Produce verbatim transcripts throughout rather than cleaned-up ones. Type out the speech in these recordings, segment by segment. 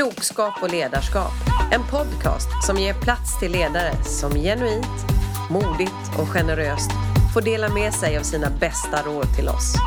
Klokskap och ledarskap. En podcast som ger plats till ledare som genuint, modigt och generöst får dela med sig av sina bästa råd till oss.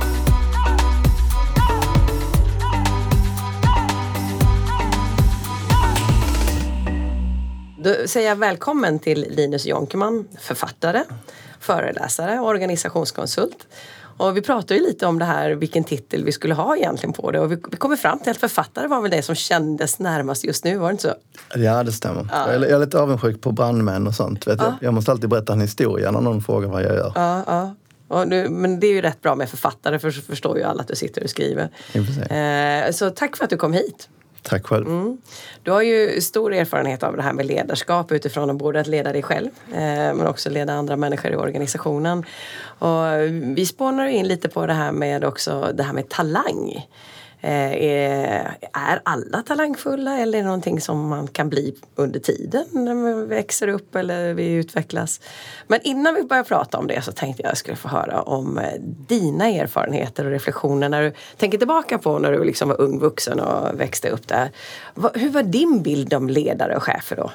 Då säger jag välkommen till Linus Jonkerman, författare, föreläsare och organisationskonsult. Och vi pratade ju lite om det här, vilken titel vi skulle ha egentligen på det. Och vi kommer fram till att författare var väl det som kändes närmast just nu, var det inte så? Ja, det stämmer. Ja. Jag är lite avundsjuk på brandmän och sånt. Vet ja. jag, jag måste alltid berätta en historia när någon frågar vad jag gör. Ja, ja. Och nu, men det är ju rätt bra med författare, för så förstår ju alla att du sitter och skriver. Eh, så tack för att du kom hit. Tack själv. Mm. Du har ju stor erfarenhet av det här med ledarskap utifrån att både att leda dig själv eh, men också leda andra människor i organisationen. Och vi spånar in lite på det här med också det här med talang. Eh, är, är alla talangfulla eller är det någonting som man kan bli under tiden när man växer upp eller vi utvecklas? Men innan vi börjar prata om det så tänkte jag att jag skulle få höra om dina erfarenheter och reflektioner när du tänker tillbaka på när du liksom var ung vuxen och växte upp där. Hur var din bild om ledare och chefer då?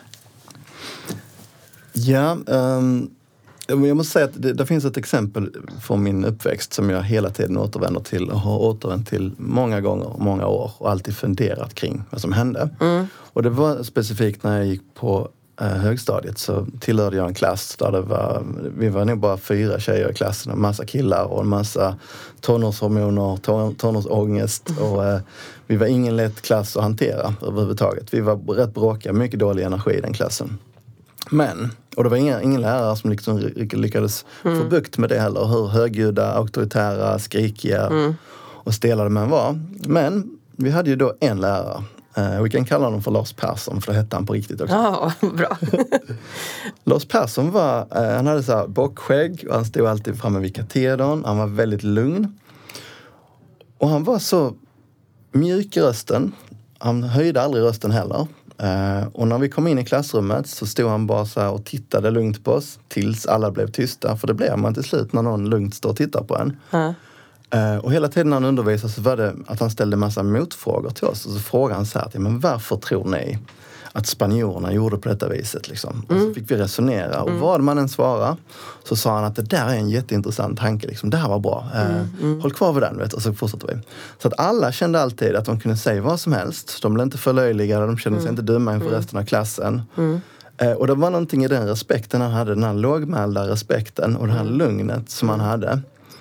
Ja, um... jag måste säga att det, det finns ett exempel från min uppväxt som jag hela tiden återvänder till och har återvänt till många gånger, många år och alltid funderat kring vad som hände. Mm. Och det var specifikt när jag gick på eh, högstadiet så tillhörde jag en klass där det var, vi var nog bara fyra tjejer i klassen, en massa killar och en massa tonårshormoner, ton, tonårsångest och eh, vi var ingen lätt klass att hantera överhuvudtaget. Vi var rätt bråkiga, mycket dålig energi i den klassen. Men, och det var ingen, ingen lärare som liksom lyckades mm. få bukt med det heller. Hur högljudda, auktoritära, skrikiga mm. och stelade man var. Men vi hade ju då en lärare. Eh, vi kan kalla honom för Lars Persson, för det hette han på riktigt också. Ja, bra. Lars Persson var, eh, han hade så här bockskägg och han stod alltid framme vid katedern. Han var väldigt lugn. Och han var så mjuk i rösten. Han höjde aldrig rösten heller. Uh, och när vi kom in i klassrummet så stod han bara så här och tittade lugnt på oss tills alla blev tysta. För det blev man till slut när någon lugnt står och tittar på en. Uh. Uh, och hela tiden när han undervisade så var det att han ställde en massa motfrågor till oss. Och så frågade han så här, men varför tror ni att spanjorerna gjorde på detta viset? Liksom? Mm. Och så fick vi resonera. Och mm. vad man än svarade så sa han att det där är en jätteintressant tanke. Liksom. Det här var bra. Mm. Uh, mm. Håll kvar vid den, vet, och så fortsatte vi. Så att alla kände alltid att de kunde säga vad som helst. De blev inte förlöjligade, de kände sig mm. inte dumma inför mm. resten av klassen. Mm. Uh, och det var någonting i den respekten han hade, den här lågmälda respekten och det här mm. lugnet som han hade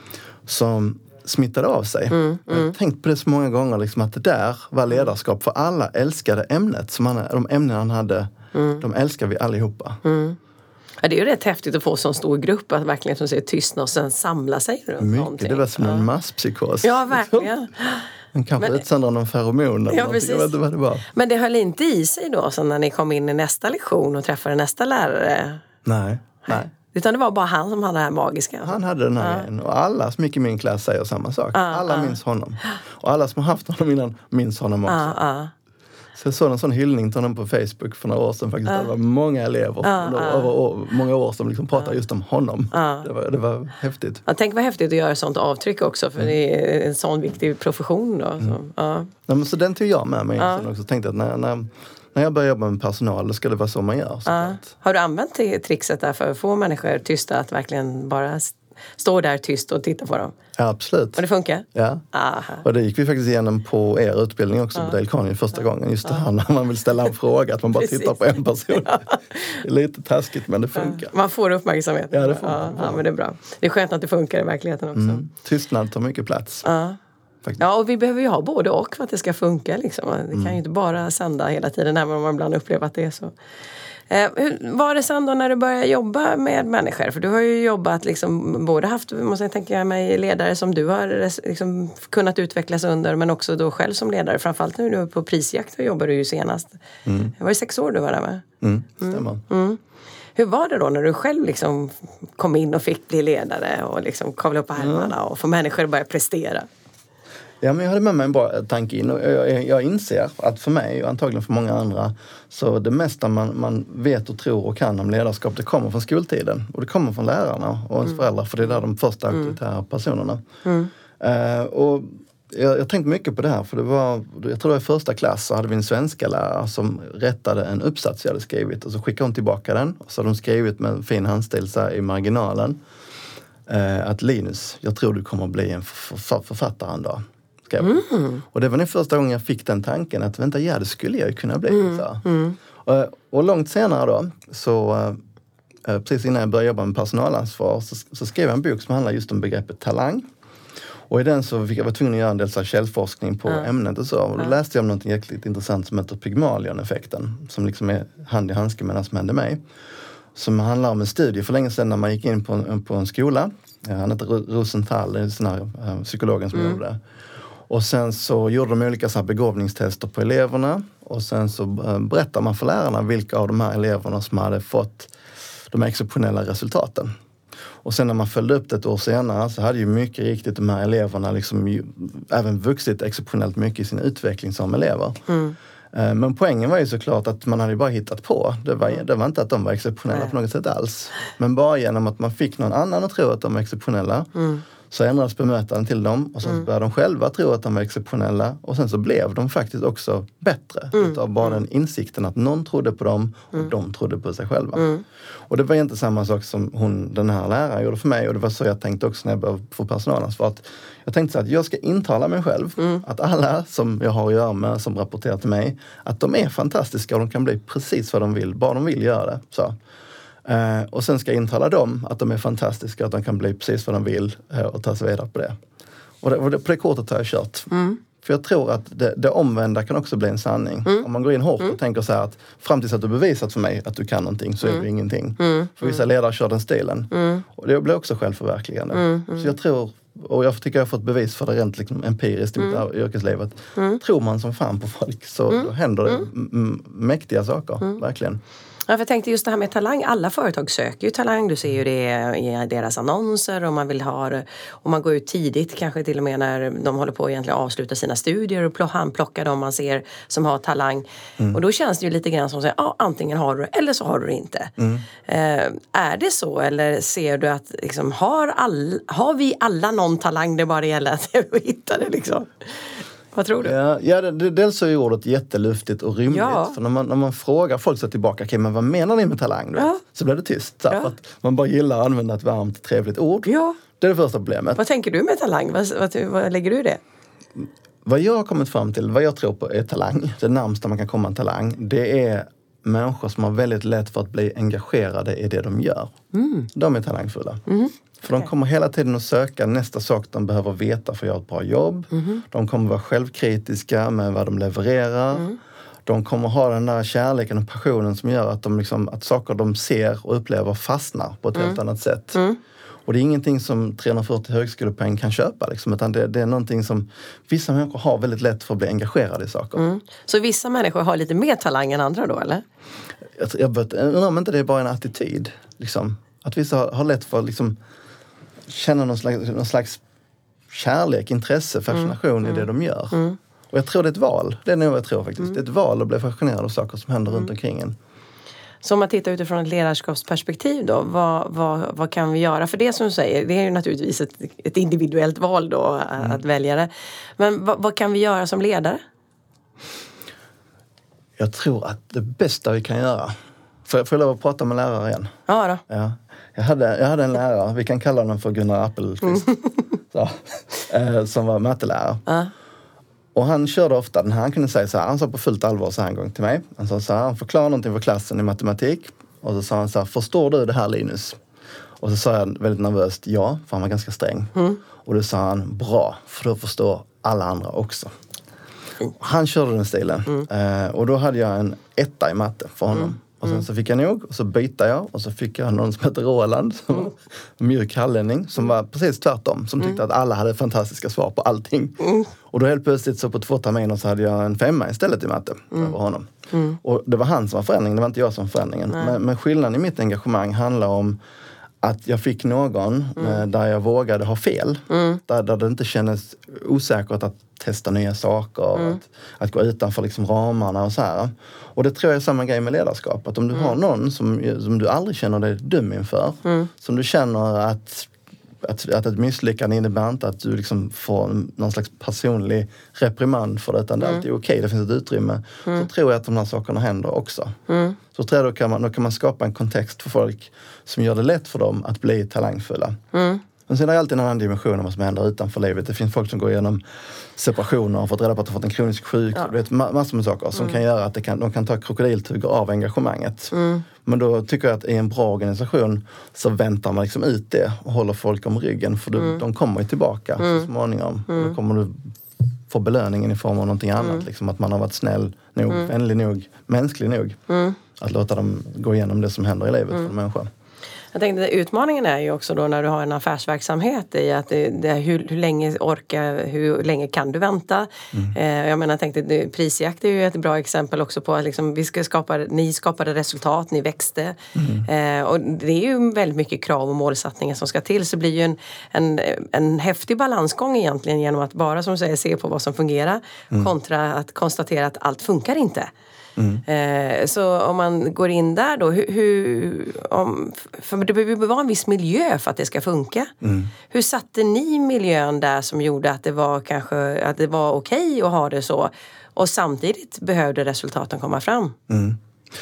som smittade av sig. Mm, mm. Jag har tänkt på det så många gånger liksom, att det där var ledarskap, för alla älskade ämnet som han, de ämnen han hade, mm. de älskar vi allihopa. Mm. Ja, det är ju rätt häftigt att få så en stor grupp att verkligen som säger tystna och sen samla sig runt mycket, någonting. Det var som ja. en masspsykos. Ja, verkligen. Man kanske utsöndrar någon feromoner. Ja, precis. Jag vet inte vad det var. Men det höll inte i sig då så när ni kom in i nästa lektion och träffade nästa lärare? Nej, nej. Utan det var bara han som hade det här magiska. Han hade den här ja. grejen. Och alla som gick i min klass säger samma sak. Ja, alla ja. minns honom. Och alla som har haft honom innan minns honom också. Ja, ja. Så jag såg en sån hyllning till honom på Facebook för några år sedan faktiskt. Ja. Det var många elever ja, ja. över år, många år som liksom pratade ja. just om honom. Ja. Det, var, det var häftigt. Ja, tänk vad häftigt att göra sånt avtryck också. För mm. det är en sån viktig profession då. Mm. Så, ja. Ja, men så den tog jag med mig ja. också. Tänkte att när, när, när jag börjar jobba med personal, då ska det vara så man gör. Ja. Har du använt det trixet där för att få människor tysta, att verkligen bara stå där tyst och titta på dem? Ja, absolut. Och det funkar? Ja. Aha. Och det gick vi faktiskt igenom på er utbildning också ja. på Dale Carnegie första ja. gången. Just det här när man vill ställa en fråga, att man bara tittar på en person. Ja. Det är lite taskigt, men det funkar. Ja. Man får uppmärksamhet. Ja, det får ja. ja, men det är bra. Det är skönt att det funkar i verkligheten också. Mm. Tystnad tar mycket plats. Ja. Faktiskt. Ja, och vi behöver ju ha både och för att det ska funka. Liksom. Det kan mm. ju inte bara sända hela tiden, även om man ibland upplever att det är så. Eh, hur var det sen då när du började jobba med människor? För du har ju jobbat, liksom, både haft, måste jag tänka mig, ledare som du har liksom, kunnat utvecklas under, men också då själv som ledare. Framförallt nu, nu på prisjakt jobbar du ju senast. Mm. Det var ju sex år du var där, va? Mm, stämmer. Mm. Mm. Hur var det då när du själv liksom kom in och fick bli ledare och liksom kavla upp armarna mm. och få människor att börja prestera? Ja, men jag hade med mig en bra tanke in och jag, jag inser att för mig och antagligen för många andra så det mesta man, man vet och tror och kan om ledarskap, det kommer från skoltiden och det kommer från lärarna och ens mm. föräldrar, för det är där de första auktoritära personerna. Mm. Uh, och jag, jag tänkte mycket på det här, för det var, jag tror det var i första klass så hade vi en svenska lärare som rättade en uppsats jag hade skrivit och så skickade hon tillbaka den och så hade hon skrivit med en fin handstil så här i marginalen eh, att Linus, jag tror du kommer att bli en författare en dag. Mm. Och det var den första gången jag fick den tanken att vänta, ja det skulle jag ju kunna bli. Mm. Så. Mm. Och, och långt senare då, så eh, precis innan jag började jobba med personalansvar så, så skrev jag en bok som handlar just om begreppet talang. Och i den så fick jag vara tvungen att göra en del så här källforskning på mm. ämnet och så. Och då mm. läste jag om något jäkligt intressant som heter Pygmalion-effekten. Som liksom är hand i handske med det som hände mig. Som handlar om en studie för länge sedan när man gick in på en, på en skola. Han heter Rosenthal, det är den här uh, psykologen som mm. gjorde det. Och sen så gjorde de olika så här begåvningstester på eleverna. Och sen så uh, berättar man för lärarna vilka av de här eleverna som hade fått de här exceptionella resultaten. Och sen när man följde upp det ett år senare så hade ju mycket riktigt de här eleverna liksom ju, även vuxit exceptionellt mycket i sin utveckling som elever. Mm. Men poängen var ju såklart att man hade bara hittat på. Det var, det var inte att de var exceptionella Nej. På något sätt alls. Men bara genom att man fick någon annan att tro att de var exceptionella mm. så ändrades bemötandet till dem och sen mm. började de själva tro att de var exceptionella och sen så blev de faktiskt också bättre mm. utav bara den insikten att någon trodde på dem och mm. de trodde på sig själva. Mm. Och det var inte samma sak som hon, den här läraren gjorde för mig och det var så jag tänkte också när jag började få personalansvar att jag tänkte så att jag ska intala mig själv mm. att alla som jag har att göra med som rapporterar till mig att de är fantastiska och de kan bli precis vad de vill, bara de vill göra det. Så. Uh, och sen ska jag intala dem att de är fantastiska, att de kan bli precis vad de vill uh, och ta sig vidare på det. Och, det, och det, på det kortet har jag kört. Mm. För jag tror att det, det omvända kan också bli en sanning. Mm. Om man går in hårt mm. och tänker så här att fram tills att du bevisat för mig att du kan någonting så mm. är du ingenting. Mm. För vissa ledare kör den stilen. Mm. Och det blir också självförverkligande. Mm. Mm. Så jag tror, och jag tycker jag har fått bevis för det rent liksom empiriskt i mm. yrkeslivet. Mm. Tror man som fan på folk så mm. då händer det mm. m- mäktiga saker, mm. verkligen. Ja, för jag tänkte just det här med talang. Alla företag söker ju talang. Du ser ju det i deras annonser och man vill ha och man går ut tidigt kanske till och med när de håller på att egentligen avsluta sina studier och handplocka dem man ser som har talang. Mm. Och då känns det ju lite grann som att säga, ja, antingen har du eller så har du inte. Mm. Eh, är det så eller ser du att liksom, har, all, har vi alla någon talang det bara gäller att hitta det liksom? Vad tror du? Ja, ja det, det, dels så är ordet jätteluftigt och rymligt. Ja. För när man, när man frågar folk så tillbaka, okay, men vad menar ni med talang? Ja. Så blir det tyst. Så, ja. För att man bara gillar att använda ett varmt, trevligt ord. Ja. Det är det första problemet. Vad tänker du med talang? Vad, vad, vad lägger du i det? Vad jag har kommit fram till, vad jag tror på är talang. Det närmsta man kan komma en talang. Det är människor som har väldigt lätt för att bli engagerade i det de gör. Mm. De är talangfulla. Mm. För de kommer hela tiden att söka nästa sak de behöver veta för att göra ett bra jobb. Mm. De kommer vara självkritiska med vad de levererar. Mm. De kommer ha den där kärleken och passionen som gör att, de liksom, att saker de ser och upplever fastnar på ett mm. helt annat sätt. Mm. Och det är ingenting som trehundrafyrtio högskolepoäng kan köpa. Liksom, utan det, det är någonting som vissa människor har väldigt lätt för att bli engagerade i saker. Mm. Så vissa människor har lite mer talang än andra då, eller? Jag, jag undrar om inte det är bara en attityd. Liksom. Att vissa har, har lätt för att liksom, känna någon slags, någon slags kärlek, intresse, fascination mm. i det de gör. Mm. Och jag tror det är ett val. Det är nog jag tror faktiskt. Mm. Det är ett val att bli fascinerad av saker som händer mm. runt omkring en. Så om man tittar utifrån ett ledarskapsperspektiv då, vad, vad, vad kan vi göra? För det som du säger, det är ju naturligtvis ett, ett individuellt val då mm. att välja det. Men vad, vad kan vi göra som ledare? Jag tror att det bästa vi kan göra, får, får jag lov att prata med lärare igen? Ja då. Ja. Jag hade, jag hade en lärare, vi kan kalla honom för Gunnar Appelqvist, mm. så, eh, som var mattelärare. Uh. Och han körde ofta den här, han kunde säga så här, han sa på fullt allvar så här en gång till mig. Han sa så här, han förklarade någonting för klassen i matematik. Och så sa han så här, förstår du det här Linus? Och så sa jag väldigt nervöst, ja, för han var ganska sträng. Mm. Och då sa han, bra, för då förstår alla andra också. Mm. Han körde den stilen. Mm. Eh, och då hade jag en etta i matte för honom. Mm. Och sen så fick jag nog, och så bytte jag. Och så fick jag någon som heter Roland, som mm. var en mjuk hallänning, som var precis tvärtom. Som tyckte mm. att alla hade fantastiska svar på allting. Mm. Och då helt plötsligt så på två terminer så hade jag en femma istället i matte mm. över honom. Mm. Och det var han som var förändringen, det var inte jag som var förändringen. Men, men skillnaden i mitt engagemang handlar om att jag fick någon mm. där jag vågade ha fel. Mm. Där, där det inte kändes osäkert att testa nya saker. Mm. Att, att gå utanför liksom ramarna och så här. Och det tror jag är samma grej med ledarskap. Att om du mm. har någon som, som du aldrig känner dig dum inför. Mm. Som du känner att att, att ett misslyckande innebär inte att du liksom får någon slags personlig reprimand för det, utan det är alltid okej, det finns ett utrymme. Mm. Så tror jag att de här sakerna händer också. Mm. Så tror jag då kan, man, då kan man skapa en kontext för folk som gör det lätt för dem att bli talangfulla. Mm. Men sen är det alltid en annan dimension av vad som händer utanför livet. Det finns folk som går igenom separationer och fått reda på att de fått en kronisk sjukdom. Ja. Du vet, massor med saker som mm. kan göra att det kan, de kan ta krokodiltuggar av engagemanget. Mm. Men då tycker jag att i en bra organisation så väntar man liksom ut det och håller folk om ryggen. För mm. de kommer ju tillbaka mm. så småningom. Mm. Då kommer du få belöningen i form av någonting annat. Mm. Liksom att man har varit snäll nog, mm. vänlig nog, mänsklig nog. Mm. Att låta dem gå igenom det som händer i livet mm. för en människa. Jag tänkte utmaningen är ju också då när du har en affärsverksamhet i att det, det, hur, hur länge orkar, hur länge kan du vänta? Mm. Eh, jag menar, jag tänkte det, prisjakt är ju ett bra exempel också på att liksom, vi ska skapa, ni skapade resultat, ni växte. Mm. Eh, och det är ju väldigt mycket krav och målsättningar som ska till, så det blir ju en, en, en häftig balansgång egentligen genom att bara som du säger se på vad som fungerar mm. kontra att konstatera att allt funkar inte. Mm. Eh, så om man går in där då, hur, hur, om, för det behöver vara en viss miljö för att det ska funka. Mm. Hur satte ni miljön där som gjorde att det var kanske att det var okej att ha det så och samtidigt behövde resultaten komma fram? Mm.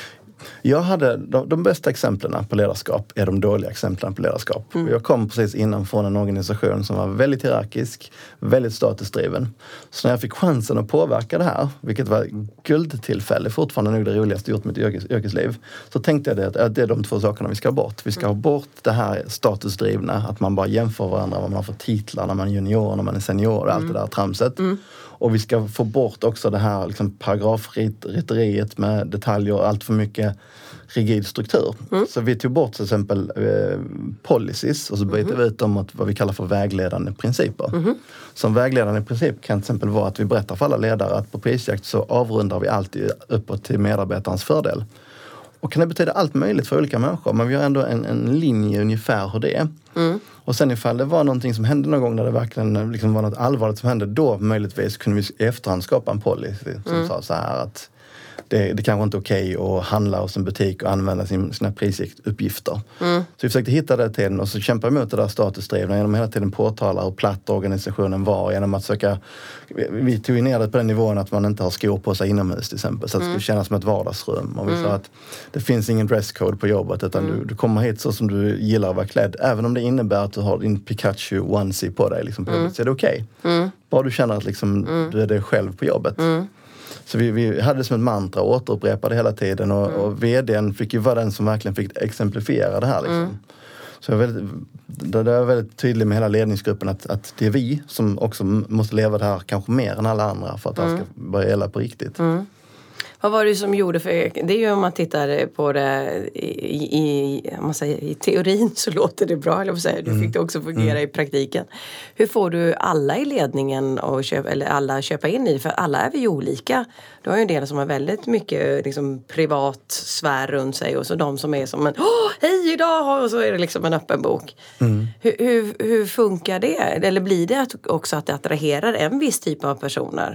Jag hade, de, de bästa exemplen på ledarskap är de dåliga exemplen på ledarskap. Mm. Jag kom precis innan från en organisation som var väldigt hierarkisk, väldigt statusdriven. Så när jag fick chansen att påverka det här, vilket var guldtillfälle, fortfarande nog det roligaste gjort i mitt yrkes, yrkesliv, så tänkte jag det, att det är de två sakerna vi ska ha bort. Vi ska ha bort det här statusdrivna, att man bara jämför varandra, vad man har för titlar när man är junior, när man är senior och allt mm. det där tramset. Mm. Och vi ska få bort också det här liksom, paragrafrytteriet med detaljer och allt för mycket rigid struktur. Mm. Så vi tog bort till exempel eh, policies och så bytte mm. vi ut dem mot vad vi kallar för vägledande principer. Mm. Som vägledande princip kan till exempel vara att vi berättar för alla ledare att på prisjakt så avrundar vi alltid uppåt till medarbetarens fördel. Och kan det betyda allt möjligt för olika människor, men vi har ändå en, en linje ungefär hur det är. Mm. Och sen ifall det var någonting som hände någon gång där det verkligen liksom var något allvarligt som hände, då möjligtvis kunde vi i efterhand skapa en policy som mm. sa så här att det, det kanske inte är okej att handla hos en butik och använda sin, sina prisuppgifter. Mm. Så vi försökte hitta det tiden och så kämpa emot det där statusdrivna genom hela tiden påtala hur platt organisationen var genom att söka, vi, vi tog ner det på den nivån att man inte har skor på sig inomhus till exempel, så att det skulle kännas som ett vardagsrum. Och vi mm. sa att det finns ingen dresscode på jobbet utan mm. du, du kommer hit så som du gillar att vara klädd, även om det innebär att du har din Pikachu onesie på dig liksom, på mm. jobbet, så är det okej. Okay. Mm. Bara du känner att liksom, mm. du är dig själv på jobbet. Mm. Så vi, vi hade det som ett mantra och återupprepade hela tiden och, mm. och vdn fick ju vara den som verkligen fick exemplifiera det här liksom. Mm. Så jag är väldigt, det, det är väldigt tydligt med hela ledningsgruppen att, att det är vi som också måste leva det här kanske mer än alla andra för att mm. det här ska börja gälla på riktigt. Mm. Vad var det som gjorde, för det är ju om man tittar på det i, i, om man säger, i teorin så låter det bra, eller vad säger du, mm. fick det också fungera mm. i praktiken. Hur får du alla i ledningen och köpa, eller alla köpa in i, för alla är vi ju olika. Du har ju en del som har väldigt mycket liksom, privat sfär runt sig och så de som är som en, åh, hej idag, och så är det liksom en öppen bok. Mm. Hur, hur, hur funkar det? Eller blir det också att det attraherar en viss typ av personer?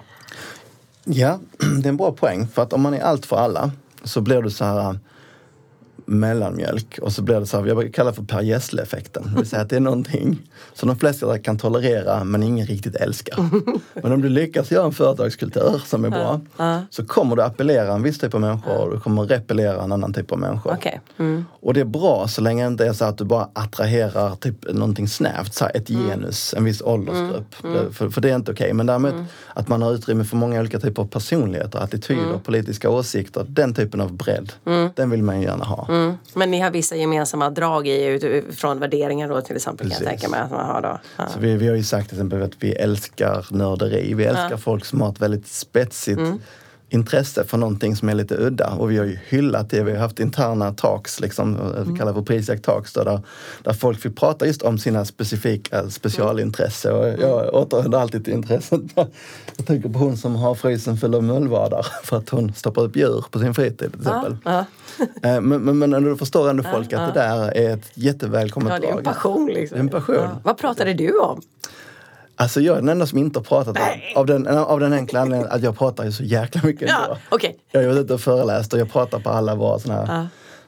Ja, det är en bra poäng. För att om man är allt för alla så blir det så här mellanmjölk. Och så blir det så här, jag brukar kalla för Per Gessle-effekten. Det vill säga att det är någonting som de flesta kan tolerera men ingen riktigt älskar. Men om du lyckas göra en företagskultur som är bra uh, uh. så kommer du appellera en viss typ av människor och du kommer repellera en annan typ av människor. Okay. Mm. Och det är bra så länge det inte är så att du bara attraherar typ någonting snävt, så här ett genus, mm. en viss åldersgrupp. Mm. Mm. För, för det är inte okej. Okay. Men däremot mm. att man har utrymme för många olika typer av personligheter, attityder, mm. politiska åsikter, den typen av bredd, mm. den vill man ju gärna ha. Mm. Mm. Men ni har vissa gemensamma drag i utifrån värderingar då till exempel. Precis. Kan jag tänka mig att man har då. Ja. Så vi, vi har ju sagt till exempel att vi älskar nörderi. Vi älskar ja. folk som har ett väldigt spetsigt mm. intresse för någonting som är lite udda. Och vi har ju hyllat det. Vi har haft interna talks, liksom, mm. vi kallar för prisjakt talks, där, där folk fick prata just om sina specifika specialintresse. Och jag återhänder alltid till intresset. Jag tänker på hon som har frysen full av mullvadar för att hon stoppar upp djur på sin fritid till exempel. Ja, ja. men, men, men du förstår ändå folk ja, att ja. det där är ett jättevälkommet drag. Ja, det är en passion liksom. En passion. Ja. Vad pratade du om? Alltså jag är den enda som inte har pratat om, av den, av den enkla anledningen att jag pratar ju så jäkla mycket ja, ändå. Okay. Jag har varit ute och föreläst och jag pratar på alla våra såna här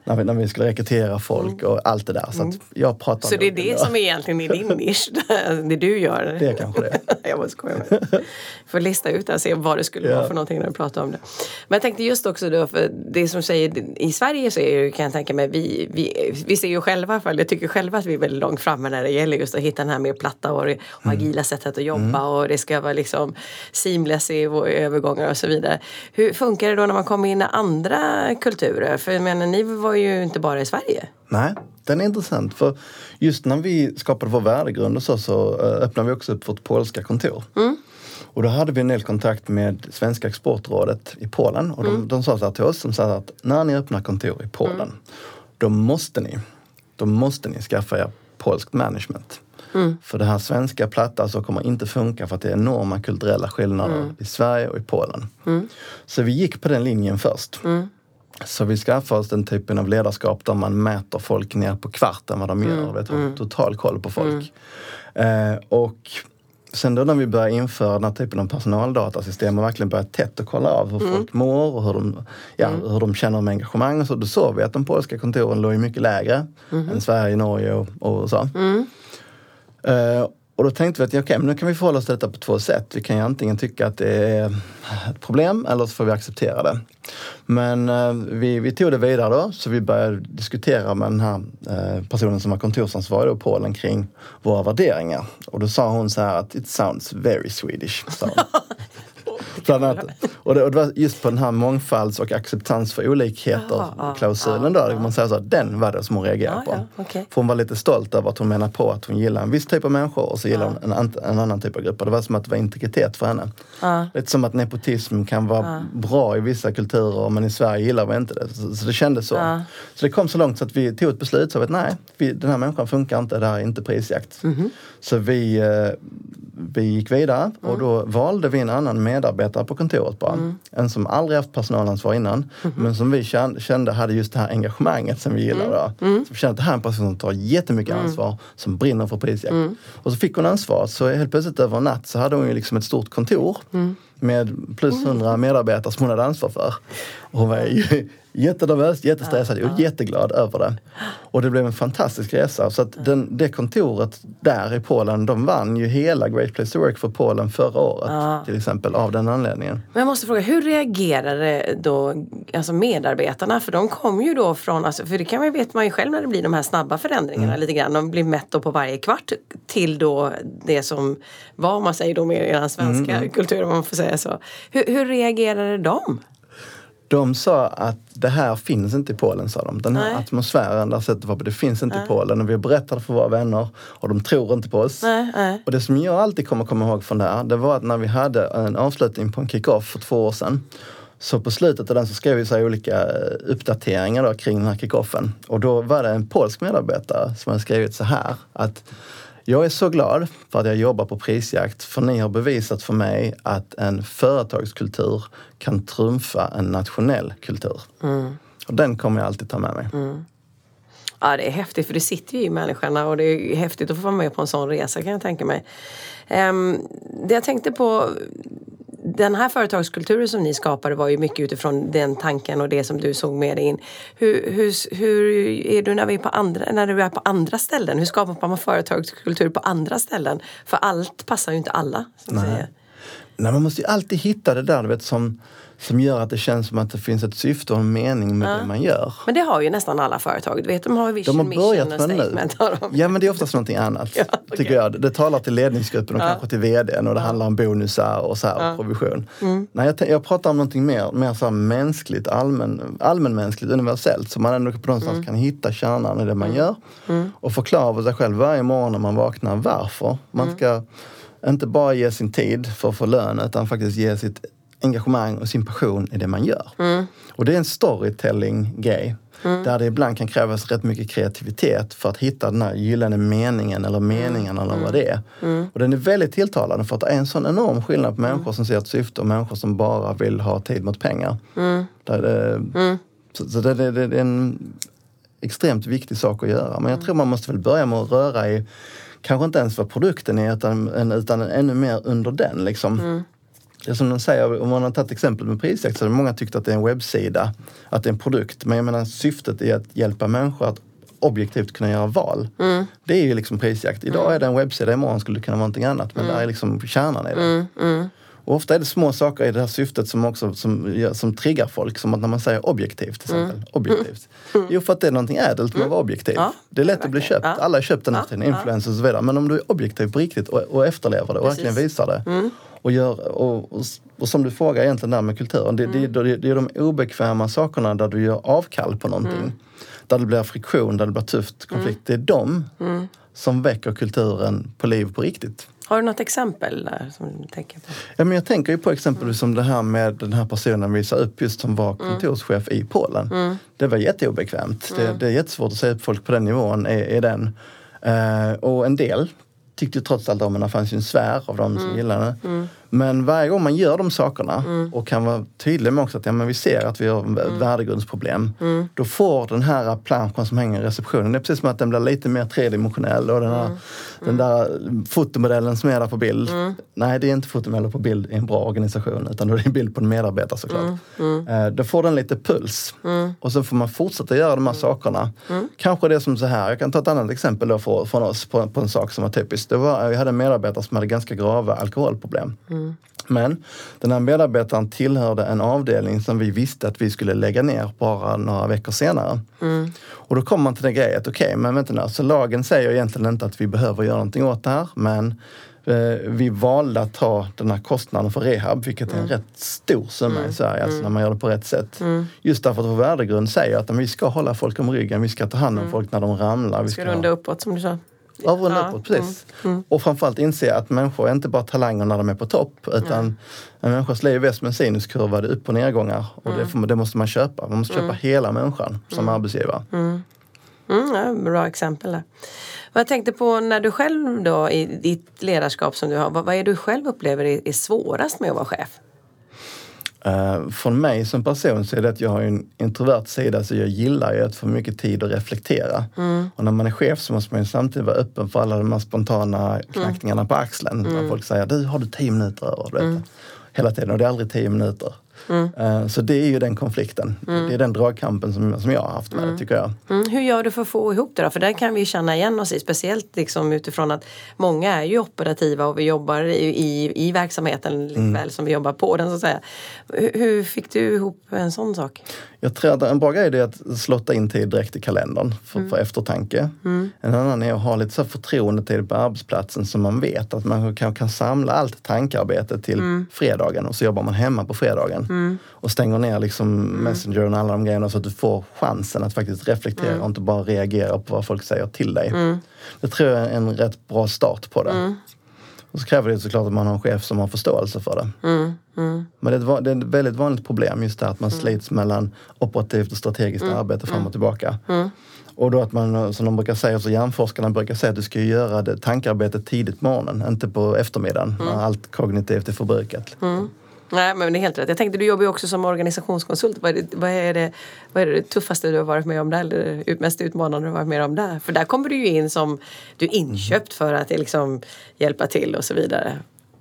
när, vi, när vi skulle rekrytera folk och allt det där. Så att jag pratar Så det är det då. Som egentligen är din nisch, det du gör? Det är kanske det. Jag måste skoja med. Får lista ut och se vad det skulle vara för någonting när du pratar om det. Men jag tänkte just också då, för det som säger, i Sverige så är det, kan jag tänka mig, vi, vi, vi ser ju själva, för jag tycker själva att vi är väldigt långt framme när det gäller just att hitta den här mer platta och, och agila sättet att jobba mm. och det ska vara liksom seamless i övergångar och så vidare. Hur funkar det då när man kommer in i andra kulturer? För jag menar, ni var ju inte bara i Sverige. Nej, den är intressant. För just när vi skapade vår värdegrund och så, så öppnade vi också upp vårt polska kontor. Mm. Och då hade vi en del kontakt med Svenska exportrådet i Polen. Och de, mm. de sa så här till oss, som sa att när ni öppnar kontor i Polen, mm. då måste ni, då måste ni skaffa er polskt management. Mm. För det här svenska platta så kommer inte funka för att det är enorma kulturella skillnader mm. i Sverige och i Polen. Mm. Så vi gick på den linjen först. Mm. Så vi skaffade oss den typen av ledarskap där man mäter folk ner på kvarten vad de gör. Mm. Vet, har total koll på folk. Mm. Eh, och sen då när vi började införa den här typen av personaldatasystem och verkligen började tätt och kolla av hur mm. folk mår och hur de, ja, mm. hur de känner med engagemang. Och så, då såg vi att de polska kontoren låg mycket lägre mm. än Sverige, Norge och, och så. Mm. Uh, och då tänkte vi att ja, okay, men nu kan vi förhålla oss till detta på två sätt. Vi kan ju antingen tycka att det är ett problem eller så får vi acceptera det. Men uh, vi, vi tog det vidare då, så vi började diskutera med den här uh, personen som var kontorsansvarig i Polen kring våra värderingar. Och då sa hon så här att it sounds very Swedish. Bland annat. Och, det, och det var just på den här mångfalds- och acceptans för olikheter-klausulen då. Man säger så att den var det som hon reagerade på. Ja, okay. För hon var lite stolt över att hon menar på att hon gillar en viss typ av människor och så gillar ja. hon en, en annan typ av grupper. Det var som att det var integritet för henne. Ja. Lite som att nepotism kan vara ja. bra i vissa kulturer men i Sverige gillar vi inte det. Så, så det kändes så. Ja. Så det kom så långt så att vi tog ett beslut så att nej, vi, den här människan funkar inte, det här är inte prisjakt. Mm-hmm. Så vi... Vi gick vidare mm. och då valde vi en annan medarbetare på kontoret bara. Mm. En som aldrig haft personalansvar innan. Mm. Men som vi kände hade just det här engagemanget som vi gillade. Mm. Mm. Så vi kände att det här är en person som tar jättemycket mm. ansvar. Som brinner för prisjakt. Mm. Och så fick hon ansvar. Så helt plötsligt över en natt så hade hon ju liksom ett stort kontor. Mm. Med plus hundra medarbetare som hon hade ansvar för. Och hon var ju jättenervös, jättestressad och jätteglad över det. Och det blev en fantastisk resa. Så att den, det kontoret där i Polen, de vann ju hela Great Place to Work för Polen förra året. Ja. Till exempel av den anledningen. Men jag måste fråga, hur reagerade då alltså medarbetarna? För de kom ju då från, alltså, för det kan man, vet man ju själv när det blir de här snabba förändringarna mm. lite grann. De blir mätt då på varje kvart till då det som var, man säger då mer i den svenska mm. kulturen, om man får säga så. Hur, hur reagerade de? De sa att det här finns inte i Polen, sa de. Den här nej. atmosfären, där sättet var på, det finns inte nej. i Polen. Och vi berättade för våra vänner och de tror inte på oss. Nej, nej. Och det som jag alltid kommer komma ihåg från det här, det var att när vi hade en avslutning på en kick-off för två år sedan, så på slutet av den så skrev vi så här olika uppdateringar då kring den här kick-offen. Och då var det en polsk medarbetare som hade skrivit så här, att jag är så glad för att jag jobbar på prisjakt, för ni har bevisat för mig att en företagskultur kan trumfa en nationell kultur. Mm. Och den kommer jag alltid ta med mig. Mm. Ja, det är häftigt, för det sitter ju i människorna och det är häftigt att få vara med på en sån resa, kan jag tänka mig. Um, det jag tänkte på, den här företagskulturen som ni skapade var ju mycket utifrån den tanken och det som du såg med dig in. Hur, hur, hur är du när, vi är på andra, när du är på andra ställen? Hur skapar man företagskultur på andra ställen? För allt passar ju inte alla, som Nej. säger. Nej, man måste ju alltid hitta det där, du vet, som... som gör att det känns som att det finns ett syfte och en mening med ja. det man gör. Men det har ju nästan alla företag. Du vet, de har vision, de har börjat mission och statement. Nu. Ja, men det är oftast någonting annat, ja, okay. tycker jag. Det talar till ledningsgruppen och ja. kanske till vdn och det ja. handlar om bonusar och så här, ja. och provision. Mm. Nej, jag, jag pratar om någonting mer, mer så här mänskligt, allmän, allmänmänskligt, universellt, så man ändå på någonstans mm. kan hitta kärnan i det man mm. gör mm. och förklara för sig själv varje morgon när man vaknar varför. Man ska mm. inte bara ge sin tid för att få lön, utan faktiskt ge sitt engagemang och sin passion i det man gör. Mm. Och det är en storytelling-grej. Mm. Där det ibland kan krävas rätt mycket kreativitet för att hitta den här gyllene meningen eller meningen mm. eller vad det är. Mm. Och den är väldigt tilltalande för att det är en sån enorm skillnad på människor mm. som ser ett syfte och människor som bara vill ha tid mot pengar. Mm. Där det, mm. Så, så det, det, det är en extremt viktig sak att göra. Men jag tror man måste väl börja med att röra i, kanske inte ens vad produkten är, utan, utan ännu mer under den liksom. Mm. det är som de säger, om man har tagit exempel med prisjakt så har många tyckt att det är en webbsida, att det är en produkt. Men jag menar, syftet är att hjälpa människor att objektivt kunna göra val. Mm. Det är ju liksom prisjakt. Idag mm. är det en webbsida, imorgon skulle det kunna vara någonting annat. Men mm. där är liksom kärnan i det. Mm. Mm. Och ofta är det små saker i det här syftet som också som, som triggar folk. Som att när man säger objektivt till exempel. Mm. Objektivt. Mm. Jo, för att det är någonting ädelt med att vara objektiv. Ja, det är lätt att bli köpt. Ja. Alla är köpt den här ja. tiden, influencers och så vidare. Men om du är objektiv på riktigt och, och efterlever det och Precis. verkligen visar det. Mm. Och, gör, och, och, och som du frågar egentligen där med kulturen. Det, mm. det, det, det är de obekväma sakerna där du gör avkall på någonting. Mm. Där det blir friktion, där det blir tufft konflikt. Mm. Det är de mm. som väcker kulturen på liv på riktigt. Har du något exempel där som du tänker på? Ja, men jag tänker ju på exempelvis som det här med den här personen visar upp just som var kontorschef mm. i Polen. Mm. Det var jätteobekvämt. Mm. Det, det är jättesvårt att säga upp folk på den nivån i, i den. Uh, och en del tyckte ju trots allt om att det fanns ju en sfär av de som mm. gillade det. Mm. Men varje gång man gör de sakerna mm. och kan vara tydlig med också att ja, men vi ser att vi har ett mm. värdegrundsproblem. Mm. Då får den här planschen som hänger i receptionen, det är precis som att den blir lite mer tredimensionell och den, här, mm. den där fotomodellen som är där på bild. Mm. Nej, det är inte fotomodeller på bild i en bra organisation utan då är det en bild på en medarbetare såklart. Mm. Mm. Eh, då får den lite puls. Mm. Och så får man fortsätta göra de här mm. sakerna. Mm. Kanske det är som så här, jag kan ta ett annat exempel då för, från oss på, på en sak som var typiskt. Det var, jag hade en medarbetare som hade ganska grava alkoholproblem. Mm. Men den här medarbetaren tillhörde en avdelning som vi visste att vi skulle lägga ner bara några veckor senare. Mm. Och då kom man till det grejet, okej, okay, men vänta nu, så lagen säger egentligen inte att vi behöver göra någonting åt det här, men eh, vi valde att ta den här kostnaden för rehab, vilket mm. är en rätt stor summa mm. i Sverige, alltså när man gör det på rätt sätt. Mm. Just därför att vår värdegrund säger att vi ska hålla folk om ryggen, vi ska ta hand om mm. folk när de ramlar. Vi ska, ska runda uppåt som du sa. Avrunda ja, uppåt, precis. Mm, mm. Och framförallt inse att människor är inte bara talanger när de är på topp, utan mm. en människas liv är som en sinuskurva, det är upp- och nedgångar. Och mm. det, får, det måste man köpa. Man måste köpa mm. hela människan som mm. arbetsgivare. Mm. Mm, ja, bra exempel där. Vad jag tänkte på när du själv då, i ditt ledarskap som du har, vad, vad är du själv upplever är, är svårast med att vara chef? Uh, från mig som person så är det att jag har en introvert sida, så jag gillar ju att få mycket tid att reflektera. Mm. Och när man är chef så måste man ju samtidigt vara öppen för alla de här spontana knackningarna mm. på axeln. Mm. När folk säger, du har du tio minuter över, du vet. Mm. Hela tiden, och det är aldrig tio minuter. Mm. Uh, så det är ju den konflikten. Mm. Det är den dragkampen som, som jag har haft med mm. tycker jag. Mm. Hur gör du för att få ihop det då? För där kan vi känna igen oss i, speciellt liksom utifrån att många är ju operativa och vi jobbar i, i, i verksamheten likväl mm. som vi jobbar på den så att säga. Hur, hur fick du ihop en sån sak? Jag tror att en bra grej är att slotta in tid direkt i kalendern för, mm. för eftertanke. Mm. En annan är att ha lite så förtroendetid på arbetsplatsen så man vet att man kan, kan samla allt tankarbete till mm. fredagen och så jobbar man hemma på fredagen. Mm. Och stänger ner liksom mm. Messenger och alla de grejerna så att du får chansen att faktiskt reflektera mm. och inte bara reagera på vad folk säger till dig. Mm. Det tror jag är en rätt bra start på det. Mm. Och så kräver det såklart att man har en chef som har förståelse för det. Mm. Mm. Men det är, ett, det är ett väldigt vanligt problem just det att man mm. slits mellan operativt och strategiskt mm. arbete fram och tillbaka. Mm. Och då att man, som de brukar säga, så hjärnforskarna brukar säga att du ska göra det tankarbetet tidigt på morgonen, inte på eftermiddagen mm. när allt kognitivt är förbrukat. Mm. Nej, men det är helt rätt. Jag tänkte, du jobbar ju också som organisationskonsult. Vad är det, vad är det, vad är det tuffaste du har varit med om där? Eller det mest utmanande du har varit med om där? För där kommer du ju in som du är inköpt för att liksom hjälpa till och så vidare.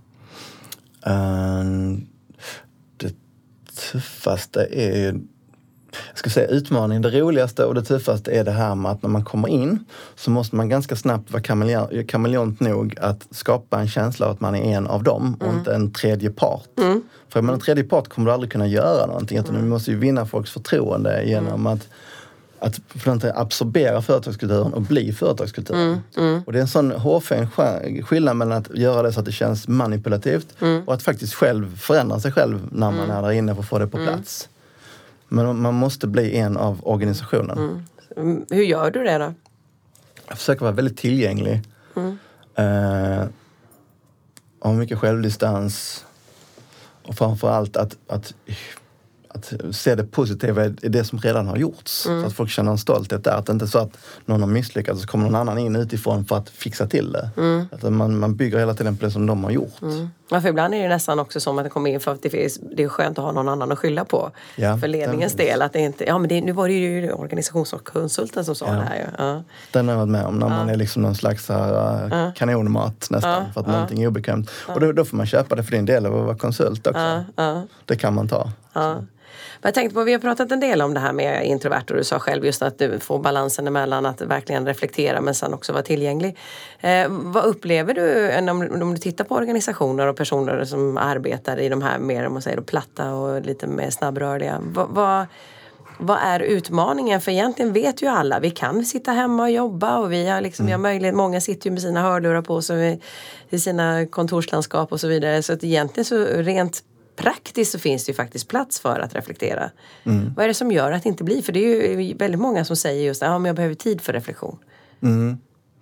Um, det tuffaste är ju, jag ska säga utmaning. Det roligaste och det tuffaste är det här med att när man kommer in så måste man ganska snabbt vara kameleont, kameleont nog att skapa en känsla av att man är en av dem och mm. inte en tredje part. Mm. För om man är en tredje part kommer du aldrig kunna göra någonting. Utan mm. du måste ju vinna folks förtroende genom mm. att att absorbera företagskulturen och bli företagskulturen. Mm, mm. Och det är en sån hårfin skillnad mellan att göra det så att det känns manipulativt mm. och att faktiskt själv förändra sig själv när man mm. är där inne för att få det på plats. Mm. Men man måste bli en av organisationen. Mm. Hur gör du det då? Jag försöker vara väldigt tillgänglig. Mm. Eh, ha mycket självdistans. Och framförallt att, att, att se det positiva i det som redan har gjorts. Mm. Så att folk känner en stolthet där. Att det inte är så att någon har misslyckats så kommer någon annan in utifrån för att fixa till det. Mm. Att man, man bygger hela tiden på det som de har gjort. Mm. Ja, för ibland är det nästan också som att det kommer in för att det, finns, det är skönt att ha någon annan att skylla på. Ja, för ledningens del. Att det inte, ja, men det, nu var det ju organisationskonsulten som sa ja. det här. Ju. Ja. Den har jag varit med om när ja. man är liksom någon slags här, uh, ja. kanonmat nästan ja. för att ja. någonting är obekvämt. Ja. Och då, då får man köpa det för din del av att vara konsult också. Ja. Ja. Det kan man ta. Ja. Jag tänkte på, vi har pratat en del om det här med introvert och du sa själv just att du får balansen emellan att verkligen reflektera men sen också vara tillgänglig. Eh, vad upplever du om, om du tittar på organisationer och personer som arbetar i de här mer, om man säger, platta och lite mer snabbrörliga? Vad, vad, vad är utmaningen? För egentligen vet ju alla, vi kan sitta hemma och jobba och vi har, liksom, mm. vi har möjlighet, många sitter ju med sina hörlurar på sig i sina kontorslandskap och så vidare. Så att egentligen så rent praktiskt så finns det ju faktiskt plats för att reflektera. Mm. Vad är det som gör att det inte blir? För det är ju väldigt många som säger just att ja, men jag behöver tid för reflektion. Mm.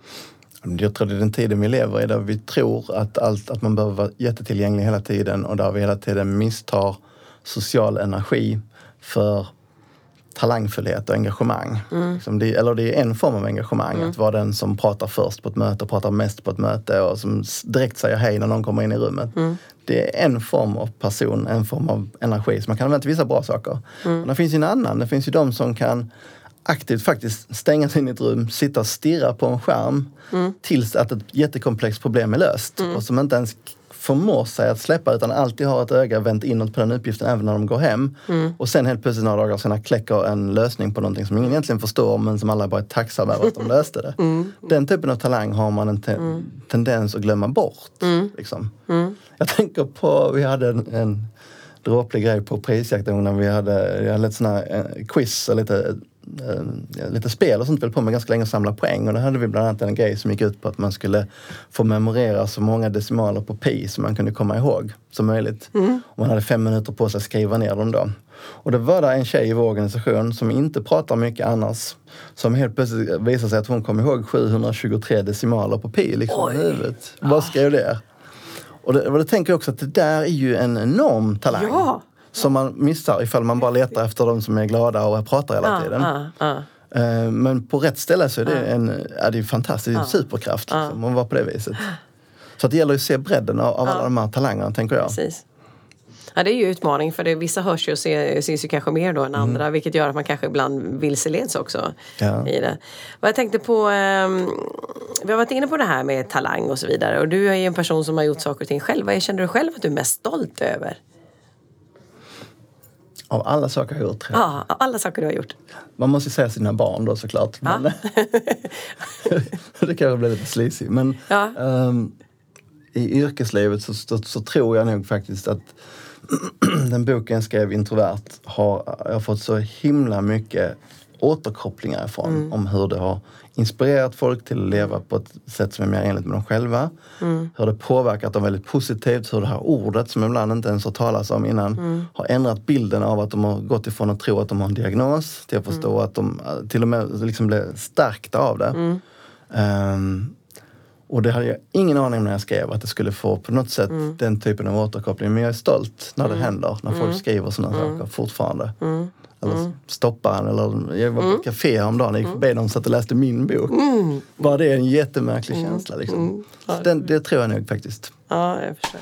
Jag tror det är den tiden vi lever i där vi tror att, allt, att man behöver vara jättetillgänglig hela tiden och där vi hela tiden misstar social energi för talangfullhet och engagemang. Mm. Liksom det, eller det är en form av engagemang. Mm. Att vara den som pratar först på ett möte och pratar mest på ett möte och som direkt säger hej när någon kommer in i rummet. Mm. Det är en form av person, en form av energi som man kan använda till vissa bra saker. Mm. Och det finns ju en annan. Det finns ju de som kan aktivt faktiskt stänga sig in i ett rum, sitta och stirra på en skärm mm. tills att ett jättekomplext problem är löst. Mm. Och som inte ens förmår sig att släppa utan alltid har ett öga vänt inåt på den uppgiften även när de går hem. Mm. Och sen helt plötsligt några dagar senare kläcker en lösning på någonting som ingen egentligen förstår men som alla bara är tacksamma över att de löste det. Mm. Den typen av talang har man en te- mm. tendens att glömma bort. Mm. Liksom. Mm. Jag tänker på, vi hade en, en dråplig grej på prisjakten när vi hade, vi hade lite såna här quiz och lite Uh, lite spel och sånt väl på med ganska länge och samla poäng och då hade vi bland annat en grej som gick ut på att man skulle få memorera så många decimaler på pi som man kunde komma ihåg som möjligt. Mm. Och man hade fem minuter på sig att skriva ner dem då. Och det var där en tjej i vår organisation som inte pratar mycket annars som helt plötsligt visade sig att hon kom ihåg sjuhundratjugotre decimaler på pi liksom i huvudet. Ah. Vad skrev det? Och det, och det tänker jag också att det där är ju en enorm talang. Ja. Som man missar ifall man bara letar efter de som är glada och pratar hela tiden. Ah, ah, ah. Men på rätt ställe så är det en är det fantastisk ah, superkraft liksom, ah. att vara på det viset. Så det gäller ju att se bredden av, av ah. alla de här talangerna, tänker jag. Precis. Ja, det är ju utmaning för det, vissa hörs ju och ser, syns ju kanske mer då än andra. Mm. Vilket gör att man kanske ibland vilseleds också ja. i det. Och jag tänkte på, um, vi har varit inne på det här med talang och så vidare. Och du är ju en person som har gjort saker och ting själv. Vad känner du själv att du är mest stolt över? Av alla saker jag har gjort. Ja, av alla saker du har gjort. Man måste ju säga sina barn då såklart. Ja. Men det kan bli lite slisig. Men ja. um, i yrkeslivet så, så, så tror jag nog faktiskt att den boken jag skrev, Introvert, har, jag har fått så himla mycket återkopplingar ifrån mm. om hur det har inspirerat folk till att leva på ett sätt som är mer enligt med dem själva. Mm. Hur det påverkat dem väldigt positivt. Hur det här ordet som ibland inte ens har talats om innan mm. har ändrat bilden av att de har gått ifrån att tro att de har en diagnos till att förstå mm. att de till och med liksom blev stärkta av det. Mm. Um, och det hade jag ingen aning om när jag skrev att det skulle få på något sätt mm. den typen av återkoppling. Men jag är stolt när det mm. händer. När folk mm. skriver sådana mm. saker fortfarande. Mm. Eller mm. stoppa han. Eller jag var på mm. ett café häromdagen. Jag gick förbi dem så att jag läste min bok. Mm. Bara det är en jättemärklig mm. känsla. Liksom. Mm. Ja, det, det tror jag nog faktiskt. Ja, jag förstår.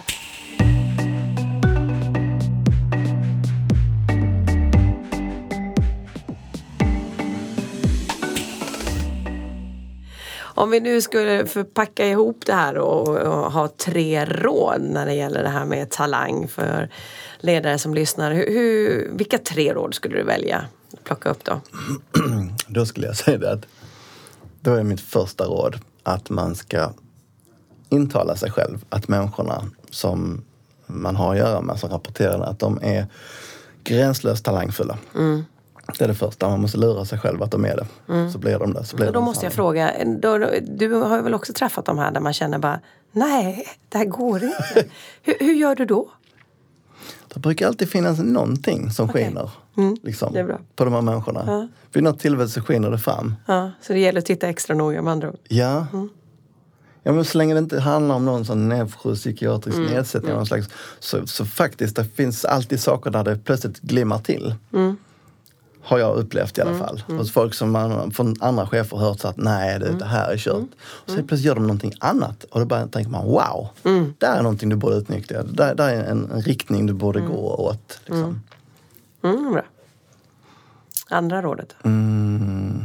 Om vi nu skulle förpacka ihop det här och, och ha tre råd när det gäller det här med talang för ledare som lyssnar. Hur, hur, vilka tre råd skulle du välja att plocka upp då? Då skulle jag säga det att då är mitt första råd att man ska intala sig själv att människorna som man har att göra med, som rapporterar, att de är gränslöst talangfulla. Mm. Det är det första. Man måste lura sig själv att de är det. Mm. Så blir de det. Så blir och då de måste jag fråga, då, du har ju väl också träffat de här där man känner bara, nej, det här går inte. hur, hur gör du då? Det brukar alltid finnas någonting som okay. skiner mm. liksom, på de här människorna. Ja. Vid något tillfälle så skiner det fram. Ja, så det gäller att titta extra noga med andra ord. Ja. Mm. Ja, men så länge det inte handlar om någon sån neuropsykiatrisk mm. nedsättning mm. någon slags, så, så faktiskt det finns alltid saker där det plötsligt glimmar till. Mm. Har jag upplevt i alla Mm, fall. mm. Hos folk som man från andra chefer hört så att nej, det, det här är kört. Mm. Och så plötsligt gör de någonting annat. Och då bara tänker man, wow, Mm. där är någonting du borde utnyttja. Där, där är en, en riktning du borde gå åt. Liksom. Mm. Mm, bra. Andra rådet? Mm.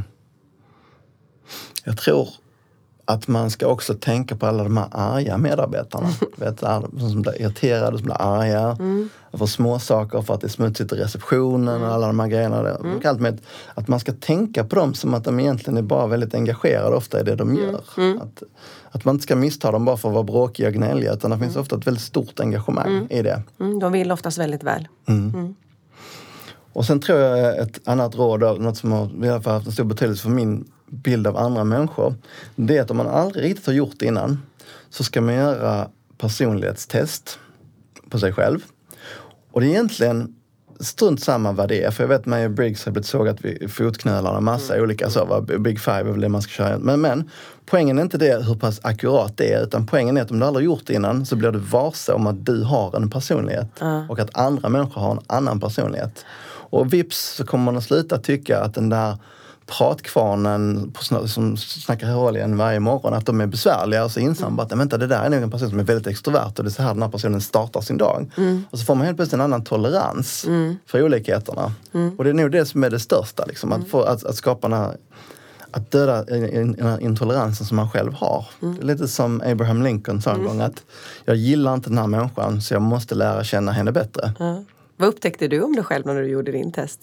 Jag tror att man ska också tänka på alla de här arga medarbetarna. Vet, som blir irriterade, som blir arga. Mm. För små saker, för att det är smutsigt i receptionen mm. och alla de här grejerna. Mm. Kallt med att man ska tänka på dem som att de egentligen är bara väldigt engagerade ofta i det de gör. Mm. Att, att man inte ska missta dem bara för att vara bråkiga och gnälliga, utan det finns mm. ofta ett väldigt stort engagemang mm. i det. Mm, de vill oftast väldigt väl. Mm. Mm. Och sen tror jag ett annat råd, något som har i alla fall haft en stor betydelse för min bild av andra människor, det är att om man aldrig riktigt har gjort det innan, så ska man göra personlighetstest på sig själv. Och det är egentligen strunt samma vad det är, för jag vet att Meyer Briggs har blivit sågat vid fotknölarna, massa mm. olika så, va? Big Five är väl det man ska köra. Men, men poängen är inte det hur pass akkurat det är, utan poängen är att om du aldrig har gjort det innan, så blir du varse om att du har en personlighet mm. och att andra människor har en annan personlighet. Och vips så kommer man att sluta tycka att den där pratkvarnen som snackar hålligen varje morgon, att de är besvärliga, och så inser man bara att vänta, det där är nog en person som är väldigt extrovert och det är så här den här personen startar sin dag. Mm. Och så får man helt plötsligt en annan tolerans mm. för olikheterna. Mm. Och det är nog det som är det största, liksom, att, få, att, att skapa den här, att döda den intoleransen som man själv har. Mm. Det är lite som Abraham Lincoln sa en mm. gång, att jag gillar inte den här människan, så jag måste lära känna henne bättre. Mm. Vad upptäckte du om dig själv när du gjorde din test?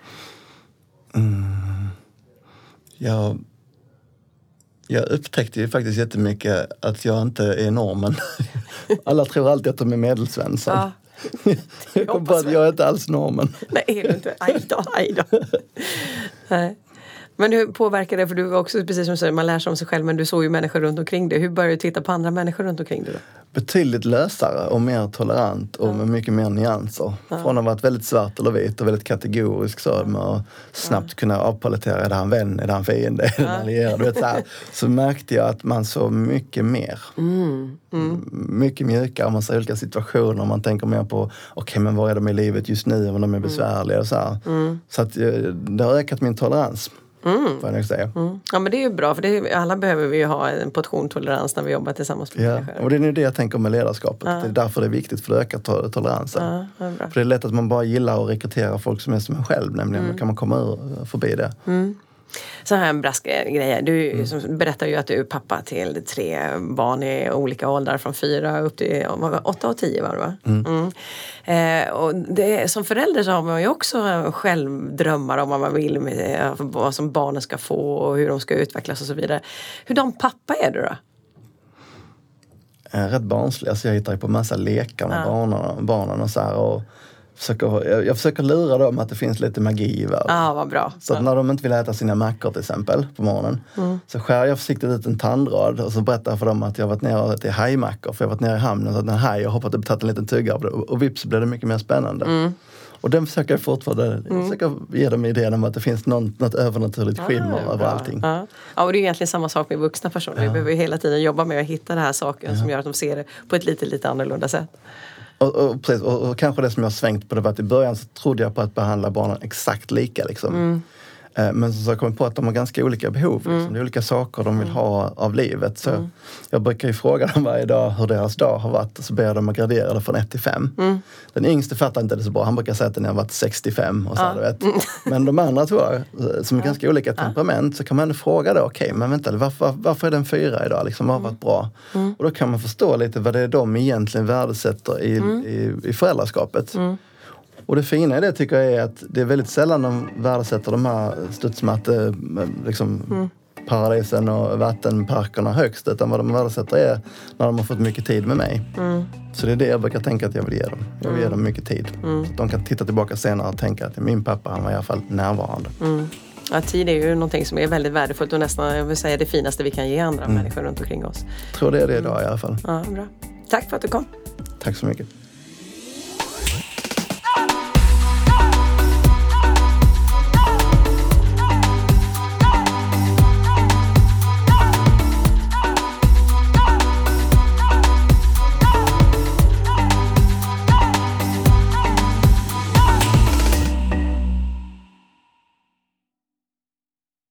Mm. Jag, jag upptäckte ju faktiskt jättemycket att jag inte är normen. Alla tror alltid att de är medelsvensson. Ja. Jag kom på att jag är inte alls normen. Nej, är du inte? Aj då, aj då. Nej. Men hur påverkar det? För du var också, precis som du säger, man lär sig om sig själv, men du såg ju människor runt omkring dig. Hur började du titta på andra människor runt omkring dig då? Betydligt lösare och mer tolerant och ja. med mycket mer nyanser. Ja. Från att ha varit väldigt svart eller vit och väldigt kategorisk, så med att snabbt ja. kunna avpolitera, är det han vän, är det han fiende, är det han allierad, vet, så, här, så märkte jag att man så mycket mer. Mm. Mm. Mycket mjukare, man ser olika situationer, man tänker mer på, okej, okay, men var är de i livet just nu, om de är besvärliga och så här. Mm. Så att det har ökat min tolerans. Mm. Får jag säga. Mm. Ja, men det är ju bra, för det är, alla behöver vi ju ha en portion tolerans när vi jobbar tillsammans med ja. människor. Och det är nu det jag tänker med ledarskapet. Ja. Det är därför det är viktigt, för att öka to- toleransen. Ja, det för det är lätt att man bara gillar att rekrytera folk som är som en själv, nämligen mm. då kan man komma ur, förbi det. Mm. Så här en brask grej. Du mm. som berättar ju att du är pappa till tre barn i olika åldrar, från fyra upp till åtta och tio, var det va? Mm. Mm. Eh, och det, som förälder så har man ju också själv drömmar om vad man vill med, vad som barnen ska få och hur de ska utvecklas och så vidare. Hur de pappa är du då? Jag är rätt barnslig. Alltså jag hittar ju på massa lekar med ja. barnen, barnen och så här, och Försöker, jag, jag försöker lura dem att det finns lite magi i världen. Ja, vad bra. Så att ja. när de inte vill äta sina mackor till exempel på morgonen, mm. så skär jag försiktigt ut en tandrad och så berättar jag för dem att jag har varit nere och ätit hajmackor, för jag har varit nere i hamnen så att den haj, jag hoppat upp och tagit en liten tugga av det, och, och vips blir det mycket mer spännande. Mm. Och den försöker jag fortfarande, mm. jag försöker ge dem idén om att det finns någon, något övernaturligt skimmer ja, över allting. Ja. ja, och det är egentligen samma sak med vuxna personer. Ja. Vi behöver hela tiden jobba med att hitta den här saken ja. som gör att de ser det på ett lite, lite annorlunda sätt. Och, och, precis, och, och kanske det som jag har svängt på det var att i början så trodde jag på att behandla barnen exakt lika liksom. Mm. Eh, men så har jag kommit på att de har ganska olika behov. Liksom. Mm. Det är olika saker de vill ha av livet. Så mm. jag brukar ju fråga dem varje dag hur deras dag har varit, och så ber jag dem att gradera det från ett till fem. Mm. Den yngste fattar inte det så bra. Han brukar säga att den har varit sextiofem och så, ja. du vet. Men de andra två som är ja. ganska olika temperament, så kan man ändå fråga då, okej, okay, men vänta, varför, varför är den fyra idag? Liksom, vad har varit bra? Mm. Och då kan man förstå lite vad det är de egentligen värdesätter i, mm. i, i föräldraskapet. Mm. Och det fina i det tycker jag är att det är väldigt sällan de värdesätter de här studsmatte, liksom, mm. paradisen och vattenparkerna högst, utan vad de värdesätter är när de har fått mycket tid med mig. Mm. Så det är det jag brukar tänka att jag vill ge dem. Jag vill mm. ge dem mycket tid. Mm. Så att de kan titta tillbaka senare och tänka att min pappa, han var i alla fall närvarande. Mm. Ja, tid är ju någonting som är väldigt värdefullt och nästan, jag vill säga, det finaste vi kan ge andra mm. människor runt omkring oss. Jag tror det är det idag i alla fall. Ja, bra. Tack för att du kom. Tack så mycket.